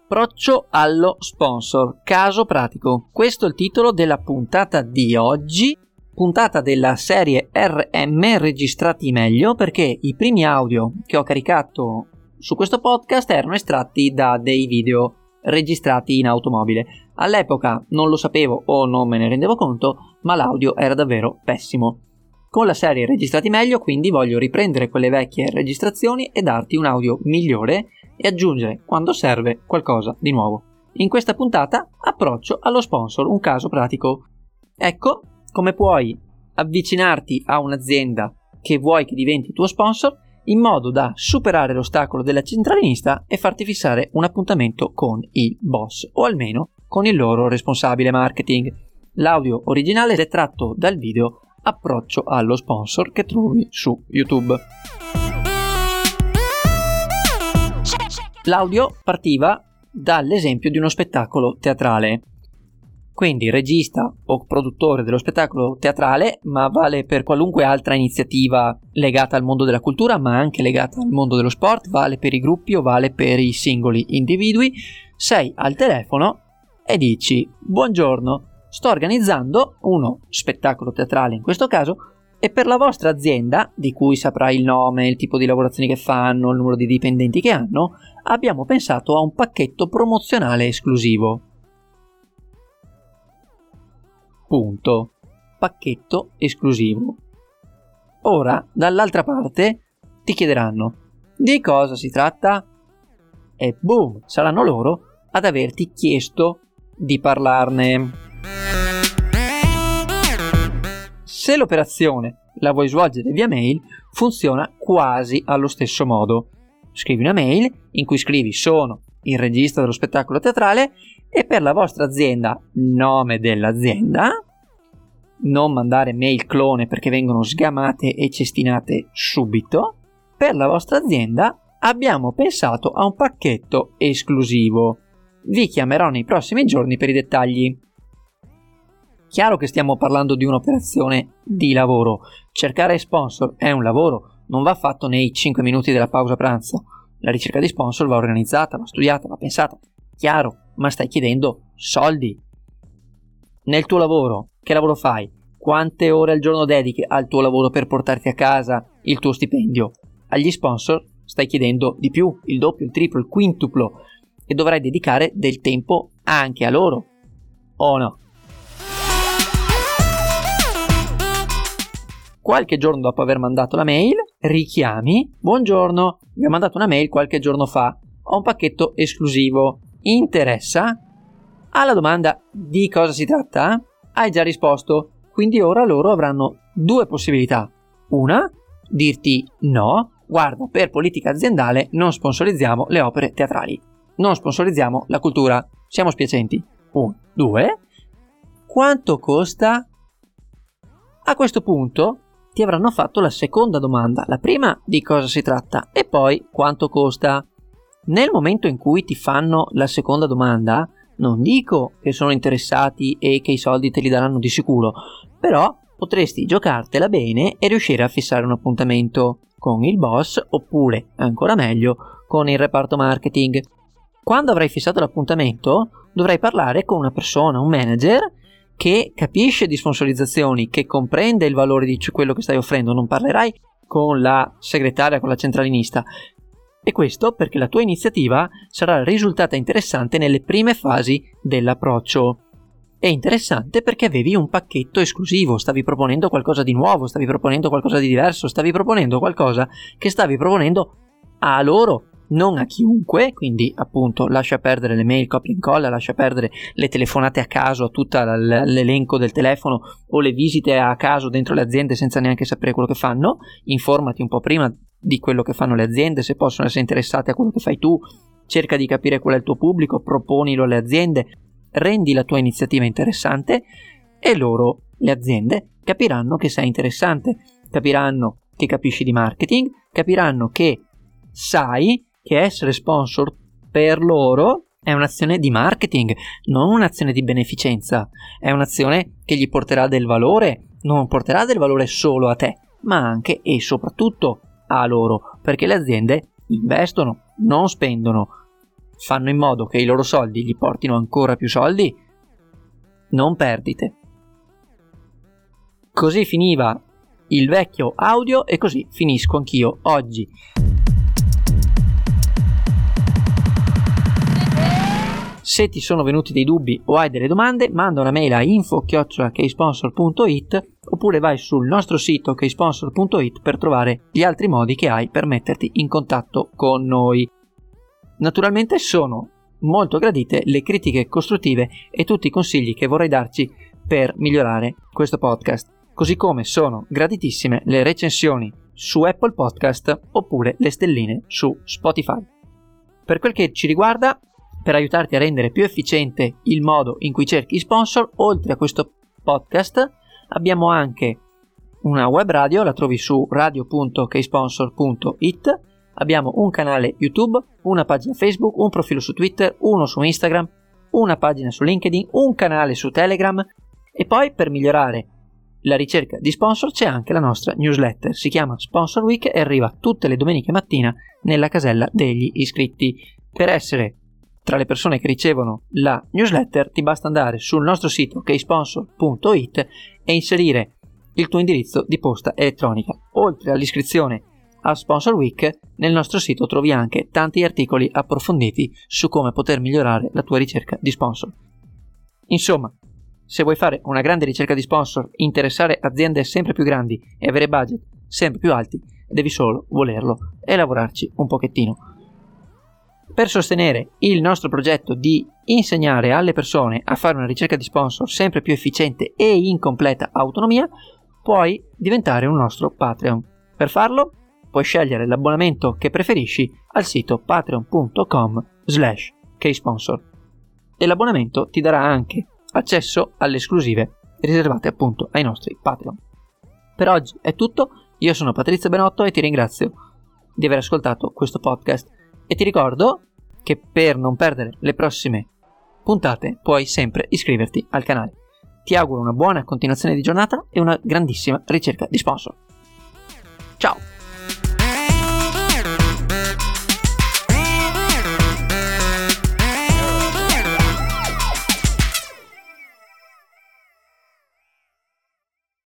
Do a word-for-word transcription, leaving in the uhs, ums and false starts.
Approccio allo sponsor, caso pratico. Questo è il titolo della puntata di oggi, puntata della serie R M registrati meglio, perché i primi audio che ho caricato su questo podcast erano estratti da dei video registrati in automobile. All'epoca non lo sapevo o non me ne rendevo conto, ma l'audio era davvero pessimo. Con la serie registrati meglio, quindi, voglio riprendere quelle vecchie registrazioni e darti un audio migliore e aggiungere, quando serve, qualcosa di nuovo. In questa puntata, approccio allo sponsor, un caso pratico. Ecco come puoi avvicinarti a un'azienda che vuoi che diventi tuo sponsor in modo da superare l'ostacolo della centralinista e farti fissare un appuntamento con il boss, o almeno con il loro responsabile marketing. L'audio originale è tratto dal video Approccio allo sponsor che trovi su YouTube. L'audio partiva dall'esempio di uno spettacolo teatrale. Quindi regista o produttore dello spettacolo teatrale, ma vale per qualunque altra iniziativa legata al mondo della cultura, ma anche legata al mondo dello sport, vale per i gruppi o vale per i singoli individui. Sei al telefono e dici: buongiorno, sto organizzando uno spettacolo teatrale in questo caso e per la vostra azienda, di cui saprai il nome, il tipo di lavorazioni che fanno, il numero di dipendenti che hanno, abbiamo pensato a un pacchetto promozionale esclusivo. Punto. Pacchetto esclusivo. Ora, dall'altra parte, ti chiederanno: di cosa si tratta? E boom, saranno loro ad averti chiesto di parlarne. Se l'operazione la vuoi svolgere via mail, funziona quasi allo stesso modo. Scrivi una mail in cui scrivi: sono il regista dello spettacolo teatrale e per la vostra azienda, nome dell'azienda. Non mandare mail clone perché vengono sgamate e cestinate subito. Per la vostra azienda abbiamo pensato a un pacchetto esclusivo. Vi chiamerò nei prossimi giorni per i dettagli. Chiaro che stiamo parlando di un'operazione di lavoro. Cercare sponsor è un lavoro, non va fatto nei cinque minuti della pausa pranzo. La ricerca di sponsor va organizzata, va studiata, va pensata. Chiaro, ma stai chiedendo soldi. Nel tuo lavoro, che lavoro fai? Quante ore al giorno dedichi al tuo lavoro per portarti a casa il tuo stipendio? Agli sponsor stai chiedendo di più, il doppio, il triplo, il quintuplo, e dovrai dedicare del tempo anche a loro, o no? Qualche giorno dopo aver mandato la mail, richiami: buongiorno, vi ho mandato una mail qualche giorno fa, ho un pacchetto esclusivo, interessa? Alla domanda di cosa si tratta hai già risposto, quindi ora loro avranno due possibilità. Una, dirti no, guarda, per politica aziendale non sponsorizziamo le opere teatrali, non sponsorizziamo la cultura, siamo spiacenti. Un, due, quanto costa? A questo punto ti avranno fatto la seconda domanda, la prima di cosa si tratta e poi quanto costa. Nel momento in cui ti fanno la seconda domanda, non dico che sono interessati e che i soldi te li daranno di sicuro, però potresti giocartela bene e riuscire a fissare un appuntamento con il boss oppure, ancora meglio, con il reparto marketing. Quando avrai fissato l'appuntamento, dovrai parlare con una persona, un manager, che capisce di sponsorizzazioni, che comprende il valore di quello che stai offrendo. Non parlerai con la segretaria, con la centralinista. E questo perché la tua iniziativa sarà risultata interessante nelle prime fasi dell'approccio. È interessante perché avevi un pacchetto esclusivo, stavi proponendo qualcosa di nuovo, stavi proponendo qualcosa di diverso, stavi proponendo qualcosa che stavi proponendo a loro, non a chiunque. Quindi appunto lascia perdere le mail copia e incolla, lascia perdere le telefonate a caso a tutto l'elenco del telefono o le visite a caso dentro le aziende senza neanche sapere quello che fanno. Informati un po' prima di quello che fanno le aziende, se possono essere interessate a quello che fai tu, cerca di capire qual è il tuo pubblico, proponilo alle aziende, rendi la tua iniziativa interessante e loro, le aziende, capiranno che sei interessante, capiranno che capisci di marketing, capiranno che sai che essere sponsor per loro è un'azione di marketing, non un'azione di beneficenza, è un'azione che gli porterà del valore, non porterà del valore solo a te, ma anche e soprattutto a loro, perché le aziende investono, non spendono. fanno in modo che i loro soldi gli portino ancora più soldi, non perdite. Così finiva il vecchio audio e così finisco anch'io oggi. Se ti sono venuti dei dubbi o hai delle domande, manda una mail a info chiocciola keysponsor punto it oppure vai sul nostro sito keysponsor punto it per trovare gli altri modi che hai per metterti in contatto con noi. Naturalmente sono molto gradite le critiche costruttive e tutti i consigli che vorrai darci per migliorare questo podcast, così come sono graditissime le recensioni su Apple Podcast oppure le stelline su Spotify. Per quel che ci riguarda, per aiutarti a rendere più efficiente il modo in cui cerchi sponsor, oltre a questo podcast abbiamo anche una web radio, la trovi su radio punto keysponsor punto it, abbiamo un canale YouTube, una pagina Facebook, un profilo su Twitter, uno su Instagram, una pagina su LinkedIn, un canale su Telegram e poi per migliorare la ricerca di sponsor c'è anche la nostra newsletter, si chiama Sponsor Week e arriva tutte le domeniche mattina nella casella degli iscritti. Per essere tra le persone che ricevono la newsletter ti basta andare sul nostro sito keysponsor punto it e inserire il tuo indirizzo di posta elettronica. Oltre all'iscrizione a Sponsor Week, nel nostro sito trovi anche tanti articoli approfonditi su come poter migliorare la tua ricerca di sponsor. Insomma, se vuoi fare una grande ricerca di sponsor, interessare aziende sempre più grandi e avere budget sempre più alti, devi solo volerlo e lavorarci un pochettino. Per sostenere il nostro progetto di insegnare alle persone a fare una ricerca di sponsor sempre più efficiente e in completa autonomia, puoi diventare un nostro Patreon. Per farlo, puoi scegliere l'abbonamento che preferisci al sito patreon punto com slash keysponsor e l'abbonamento ti darà anche accesso alle esclusive riservate appunto ai nostri Patreon. Per oggi è tutto, io sono Patrizio Benotto e ti ringrazio di aver ascoltato questo podcast. E ti ricordo che per non perdere le prossime puntate puoi sempre iscriverti al canale. Ti auguro una buona continuazione di giornata e una grandissima ricerca di sponsor.